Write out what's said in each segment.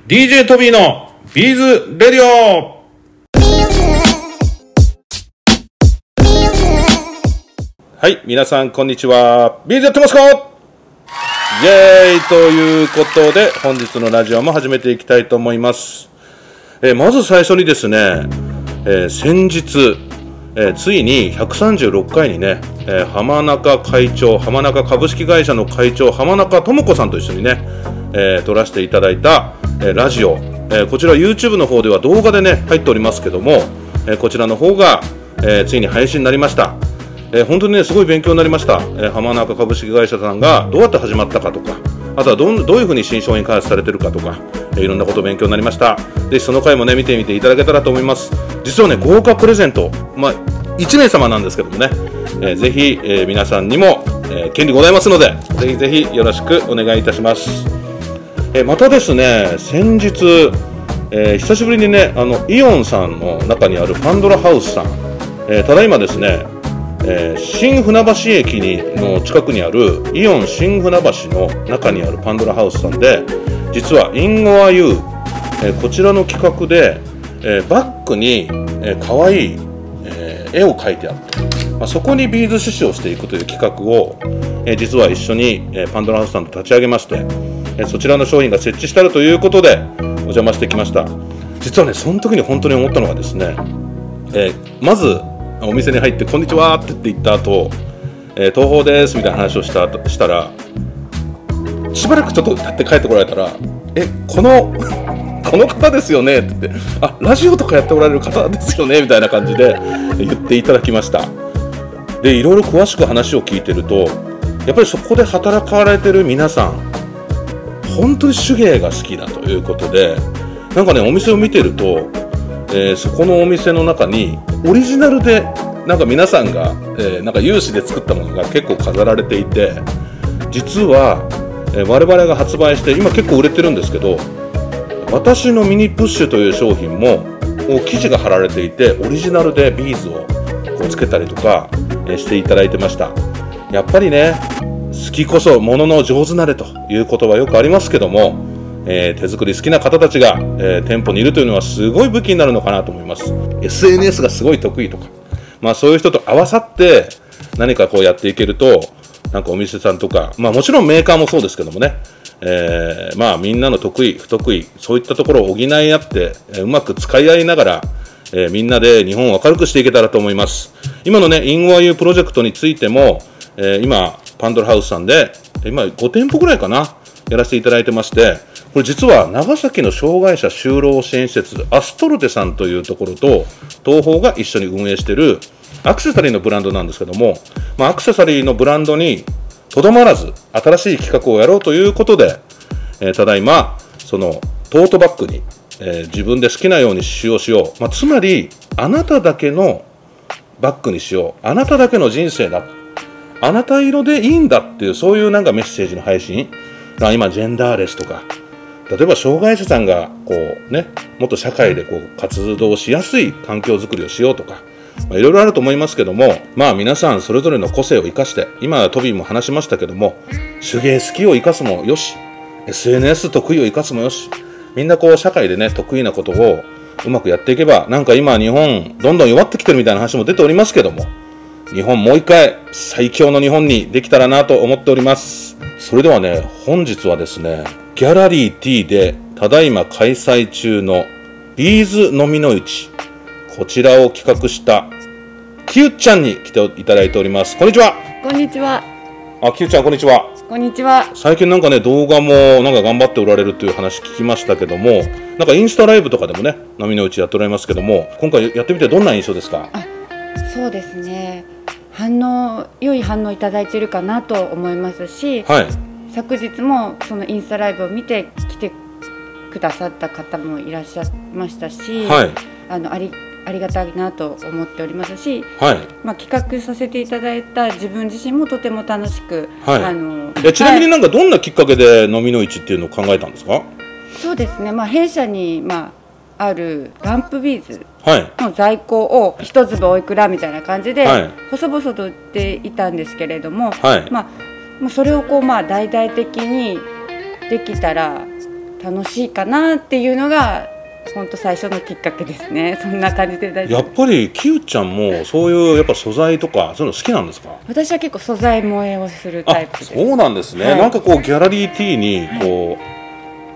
DJ トビーのビーズレディオ。はい、皆さんこんにちは。ビーズやってますか？イエーイということで本日のラジオも始めていきたいと思います。まず最初にですね、先日、ついに136回にね、浜中株式会社の会長浜中智子さんと一緒にね、撮らせていただいた、ラジオ、こちら YouTube の方では動画でね入っておりますけども、こちらの方が、ついに配信になりました。本当にねすごい勉強になりました。浜中株式会社さんがどうやって始まったかとか、あとはどういうふうに新商品開発されてるかとか、いろんなこと勉強になりました。でその回もね見てみていただけたらと思います。実はね豪華プレゼント、1名様なんですけどもね、ぜひ、皆さんにも、権利ございますのでぜひぜひよろしくお願いいたします。またですね先日、久しぶりにねイオンさんの中にあるパンドラハウスさん、ただいまですね、新船橋駅の近くにあるイオン新船橋の中にあるパンドラハウスさんで、実はインゴアユー、こちらの企画で、バッグに、可愛い、絵を描いてあって、そこにビーズ刺繍をしていくという企画を、実は一緒に、パンドラハウスさんと立ち上げまして、そちらの商品が設置してあるということでお邪魔してきました。実はねその時に本当に思ったのがですね、まずお店に入ってこんにちはって言った後、東宝ですみたいな話をしたら、しばらくちょっと経って帰ってこられたら、この方ですよねって言って、ラジオとかやっておられる方ですよねみたいな感じで言っていただきました。でいろいろ詳しく話を聞いてると、やっぱりそこで働かれてる皆さん本当に手芸が好きだということで、なんかねお店を見てると、そこのお店の中にオリジナルでなんか皆さんが、なんか有志で作ったものが結構飾られていて、実は、我々が発売して今結構売れてるんですけど、私のミニプッシュという商品も生地が貼られていてオリジナルでビーズをこうつけたりとか、していただいてました。やっぱりね好きこそものの上手なれという言葉よくありますけども、手作り好きな方たちが、店舗にいるというのはすごい武器になるのかなと思います。 SNS がすごい得意とか、そういう人と合わさって何かこうやっていけると、なんかお店さんとか、もちろんメーカーもそうですけどもね、みんなの得意不得意そういったところを補い合って、うまく使い合いながら、みんなで日本を明るくしていけたらと思います。今のねインゴアユープロジェクトについても、今パンドラハウスさんで今5店舗ぐらいかなやらせていただいてまして、これ実は長崎の障害者就労支援施設アストルテさんというところと東宝が一緒に運営しているアクセサリーのブランドなんですけども、アクセサリーのブランドにとどまらず新しい企画をやろうということで、ただいまそのトートバッグに、自分で好きなように刺繍をしよう、つまりあなただけのバッグにしよう、あなただけの人生だ、あなた色でいいんだっていう、そういうなんかメッセージの配信、今ジェンダーレスとか、例えば障害者さんがこうねもっと社会でこう活動しやすい環境づくりをしようとか、いろいろあると思いますけども、皆さんそれぞれの個性を生かして、今トビーも話しましたけども、手芸好きを生かすもよし、 SNS 得意を生かすもよし、みんなこう社会でね得意なことをうまくやっていけば、なんか今日本どんどん弱ってきてるみたいな話も出ておりますけども、日本もう一回最強の日本にできたらなと思っております。それではね本日はですねギャラリー T でただいま開催中のビーズ飲みの市、こちらを企画したきゆちゃんに来ていただいております。こんにちは。 こんにちは。 きゆちゃんこんにちは。 こんにちは。 最近なんかね動画もなんか頑張っておられるという話聞きましたけども、なんかインスタライブとかでもね飲みの市やっておられますけども、今回やってみてどんな印象ですか？ そうですね、良い反応いただいているかなと思いますし、昨日もそのインスタライブを見て来てくださった方もいらっしゃいましたし、ありがたいなと思っておりますし、企画させていただいた自分自身もとても楽しく、 ちなみになんかどんなきっかけで飲みの市っていうのを考えたんですか？ そうですね、弊社にあるランプビーズの在庫を一粒おいくらみたいな感じで細々と売っていたんですけれども、それをこう大々的にできたら楽しいかなっていうのが本当最初のきっかけですね。そんな感じで大丈夫。 やっぱりきゆちゃんもそういうやっぱ素材とかそういうの好きなんですか？ 私は結構素材萌えをするタイプです。 そうなんですね、はい、なんかこうギャラリー T にこう、はい、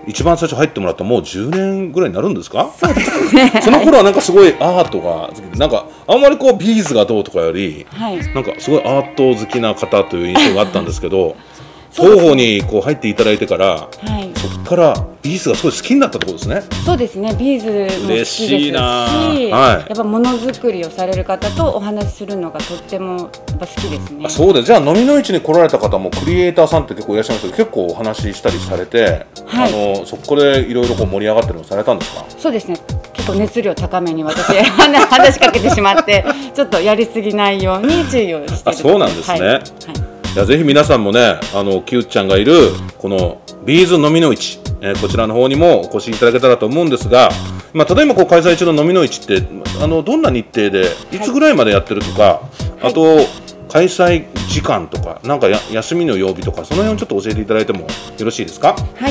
一番最初入ってもらったもう10年ぐらいになるんですか？ そうですねその頃はなんかすごいアートがなんかあんまりこうビーズがどうとかより、はい、なんかすごいアート好きな方という印象があったんですけど双方にこう入っていただいてから、はい、そこからビーズがすごい好きになったってことですね。 そうですね、ビーズも好きですし、 嬉しいな、はい、 やっぱものづくりをされる方とお話しするのがとってもやっぱ好きですね。 そうです。じゃあ飲みの市に来られた方もクリエイターさんって結構いらっしゃいますけど結構お話ししたりされて、はい、そこでいろいろ盛り上がってるのされたんですか？ そうですね、結構熱量高めに私話しかけてしまってちょっとやりすぎないように注意をしてる。 そうなんですね、 はいはい、 いやぜひ皆さんもねきゆちゃんがいるこのビーズ飲みの市、こちらの方にもお越しいただけたらと思うんですが、ただいまこう開催中の飲みの市ってどんな日程でいつぐらいまでやってるとか、はい、あと開催時間とかなんか休みの曜日とかその辺をちょっと教えていただいてもよろしいですか？ はい、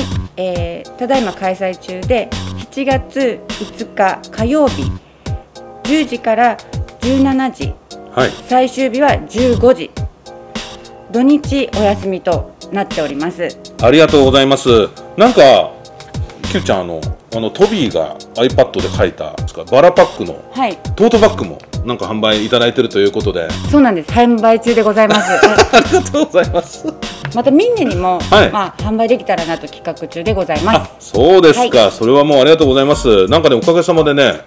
ただいま開催中で7月5日火曜日10時から17時、はい、最終日は15時、土日お休みとなっております。 ありがとうございます。なんかきゅうちゃんトビーが iPad で書いたバラパックのトートバッグもなんか販売いただいているということで、 そうなんです、販売中でございますありがとうございます。 またミンネにも、はい、販売できたらなと企画中でございます。 そうですか、 はい、 それはもうありがとうございます。なんかねおかげさまでね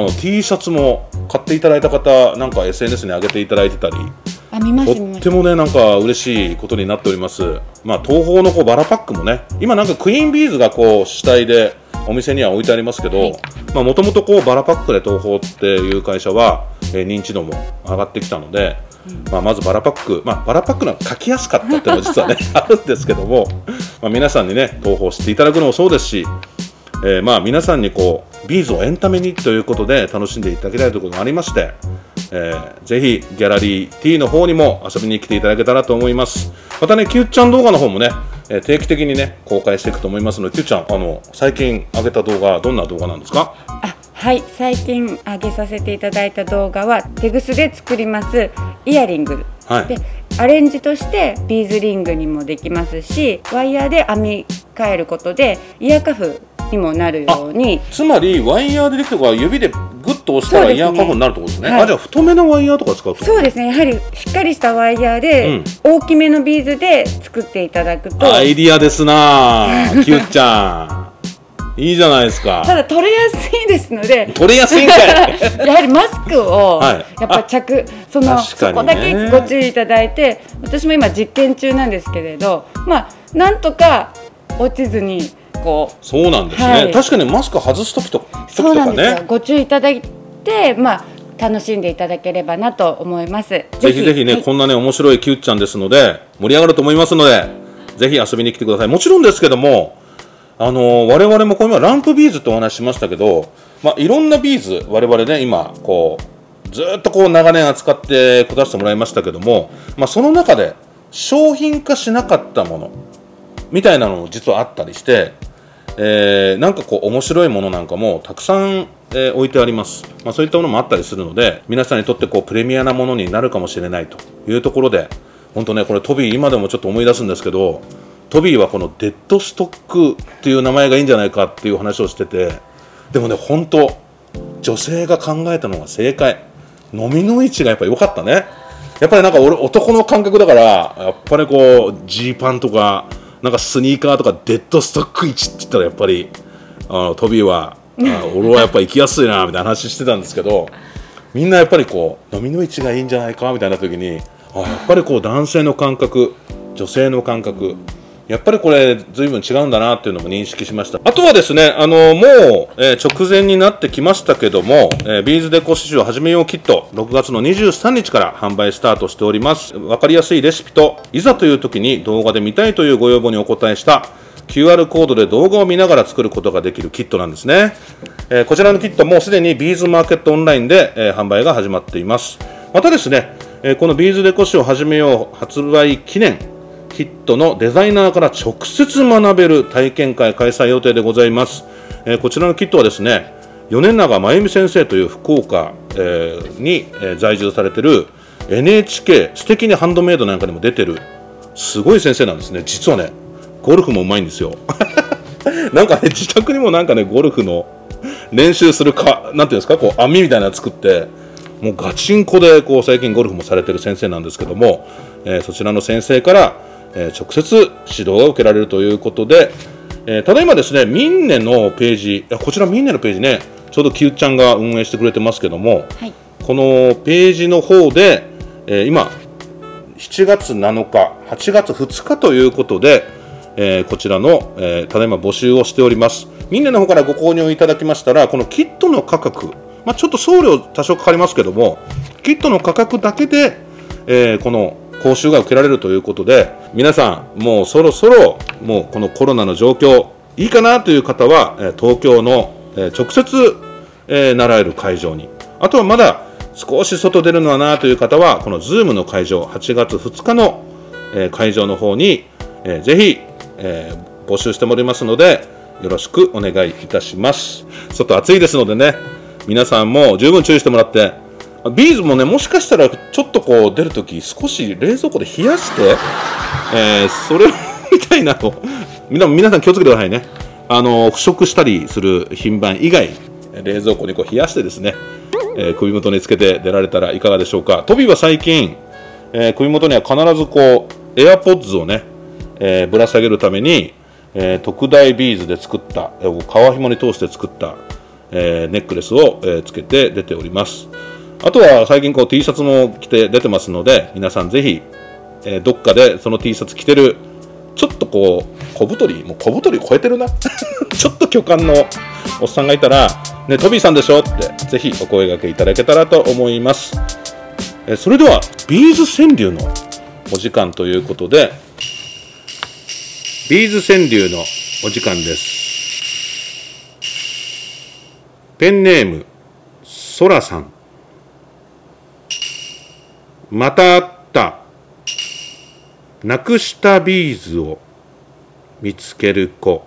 T シャツも買っていただいた方なんか SNS に上げていただいてたり、とってもねなんか嬉しいことになっております。東宝のバラパックもね今なんかクイーンビーズがこう主体でお店には置いてありますけど、もともとバラパックで東宝っていう会社は、認知度も上がってきたので、まずバラパック、バラパックの書きやすかったっていうのも実はねあるんですけども、皆さんにね東宝を知っていただくのもそうですし、皆さんにビーズをエンタメにということで楽しんでいただきたいということがありまして、ぜひギャラリー T の方にも遊びに来ていただけたらと思います。またねきゅうちゃん動画の方もね定期的にね公開していくと思いますので、きゅうちゃん最近上げた動画どんな動画なんですか？ はい、最近上げさせていただいた動画はテグスで作りますイヤリング、はい、でアレンジとしてビーズリングにもできますし、ワイヤーで編み替えることでイヤーカフにもなるように、 つまりワイヤーでできたから指でグッと押したらイヤーカフになるってことですね。じゃあ太めのワイヤーとか使うと？ そうですね、やはりしっかりしたワイヤーで、大きめのビーズで作っていただくと。 アイディアですなきゅうちゃんいいじゃないですか。 ただ取れやすいですので取れやすいんかいやはりマスクをやっぱそこだけご注意いただいて、私も今実験中なんですけれど、なんとか落ちずにそうなんですね、はい、確かにマスク外す時とかね、 そうなんですよ、ご注意いただいて、楽しんでいただければなと思います。 ぜひぜひね、はい、こんなね面白いきゅうちゃんですので盛り上がると思いますので、ぜひ遊びに来てください。もちろんですけども我々も今ランプビーズってお話ししましたけど、いろんなビーズ我々ね今ずっと長年扱ってこさせてもらいましたけども、その中で商品化しなかったものみたいなのも実はあったりして、なんか面白いものなんかもたくさん、置いてあります。そういったものもあったりするので、皆さんにとってプレミアなものになるかもしれないというところで、本当ねこれトビー今でもちょっと思い出すんですけど、トビーはこのデッドストックっていう名前がいいんじゃないかっていう話をしてて、でもね本当女性が考えたのが正解。飲みの位置がやっぱ良かったね。やっぱりなんか俺男の感覚だから、やっぱりジーパンとかなんかスニーカーとかデッドストック1って言ったらやっぱりトビーは俺はやっぱ行きやすいなみたいな話してたんですけど、みんなやっぱり飲みの位置がいいんじゃないかみたいな時に、やっぱり男性の感覚女性の感覚やっぱりこれ随分違うんだなっていうのも認識しました。あとはですねもう、直前になってきましたけども、ビーズデコ刺繍を始めようキット6月の23日から販売スタートしております。分かりやすいレシピといざという時に動画で見たいというご要望にお答えしたQR コードで動画を見ながら作ることができるキットなんですね。こちらのキットもすでにビーズマーケットオンラインで、販売が始まっています。またですね、このビーズデコ刺繍を始めよう発売記念キットのデザイナーから直接学べる体験会開催予定でございます。こちらのキットはですね、米長真由美先生という福岡、に在住されている NHK 素敵にハンドメイドなんかにも出てるすごい先生なんですね。実はね、ゴルフもうまいんですよなんかね、自宅にもなんかね、ゴルフの練習するか、なんていうんですか、こう網みたいなの作って、もうガチンコでこう最近ゴルフもされてる先生なんですけども、そちらの先生から、直接指導が受けられるということで、ただいまですね、ミンネのページ、こちらミンネのページね、ちょうどきゆちゃんが運営してくれてますけども、はい、このページの方で、今7月7日8月2日ということで、こちらの、ただいま募集をしております。ミンネの方からご購入いただきましたら、このキットの価格、ちょっと送料多少かかりますけども、キットの価格だけで、この講習が受けられるということで、皆さんもうそろそろもうこのコロナの状況いいかなという方は、東京の、直接、習える会場に、あとはまだ少し外出るのはなという方は、この Zoom の会場8月2日の、会場の方に、ぜひ、募集しておりますので、よろしくお願いいたします。外暑いですのでね、皆さんも十分注意してもらって、ビーズもね、もしかしたらちょっとこう出るとき少し冷蔵庫で冷やして、それみたいなの皆さん気をつけてくださいね。腐食したりする品番以外、冷蔵庫にこう冷やしてですね、首元につけて出られたらいかがでしょうか。トビーは最近、首元には必ずこうエアポッズをね、ぶら下げるために、特大ビーズで作った革紐に通して作った、ネックレスを、つけて出ております。あとは最近こう T シャツも着て出てますので、皆さんぜひ、どっかでその T シャツ着てるちょっとこう小太り超えてるなちょっと巨漢のおっさんがいたら、ね、トビーさんでしょってぜひお声掛けいただけたらと思います。それではビーズ川柳のお時間ということで、ビーズ川柳のお時間です。ペンネームソラさん。またあった。なくしたビーズを見つける子。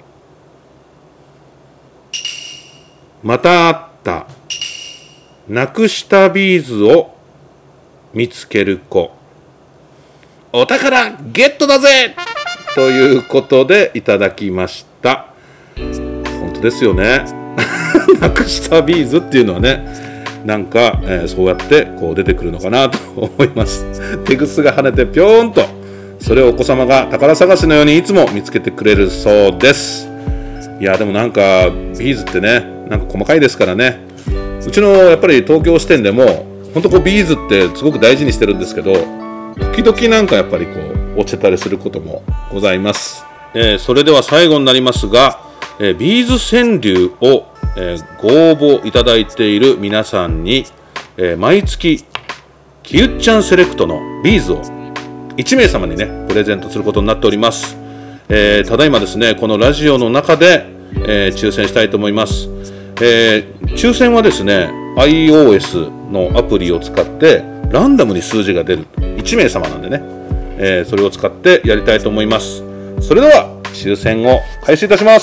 またあった。なくしたビーズを見つける子。お宝ゲットだぜということでいただきました。本当ですよね。なくしたビーズっていうのはね、なんか、そうやってこう出てくるのかなと思います。手ぐすが跳ねてぴょーんと、それをお子様が宝探しのようにいつも見つけてくれるそうです。いやでもなんかビーズってね、なんか細かいですからね。うちのやっぱり東京支店でも本当こうビーズってすごく大事にしてるんですけど、時々なんかやっぱりこう落ちたりすることもございます。それでは最後になりますが、ビーズ川柳を、ご応募いただいている皆さんに、毎月きゆっちゃんセレクトのビーズを1名様にねプレゼントすることになっております。ただいまですね、このラジオの中で、抽選したいと思います。抽選はですね iOS のアプリを使ってランダムに数字が出る1名様なんでね、それを使ってやりたいと思います。それでは抽選を開始いたします。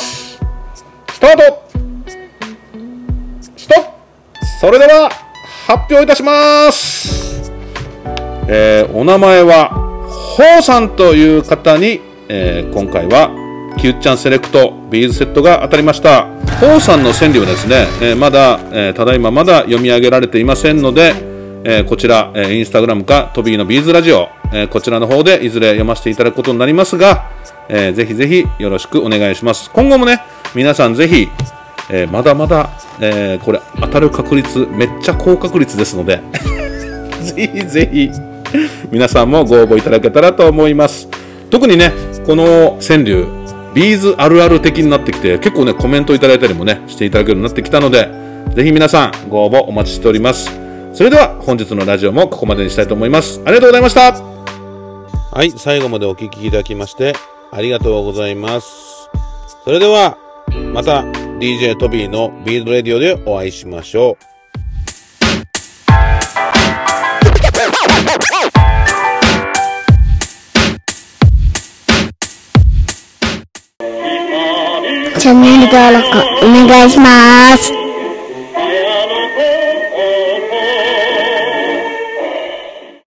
スタート。ストップ。それでは発表いたします。お名前はホーさんという方に、今回はきゆっちゃんセレクトビーズセットが当たりました。ホーさんの川柳はですね、まだ、ただいままだ読み上げられていませんので、こちら、インスタグラムかトビーのビーズラジオ、こちらの方でいずれ読ませていただくことになりますが、ぜひぜひよろしくお願いします。今後もね、皆さんぜひ、まだまだ、これ当たる確率めっちゃ高確率ですのでぜひぜひ皆さんもご応募いただけたらと思います。特にね、この川柳ビーズあるある的になってきて、結構ねコメントいただいたりもねしていただけるようになってきたので、ぜひ皆さんご応募お待ちしております。それでは本日のラジオもここまでにしたいと思います。ありがとうございました。はい、最後までお聞きいただきましてありがとうございます。それではまた DJ トビーのビーズレディオでお会いしましょう。 チャンネル登録お願いします。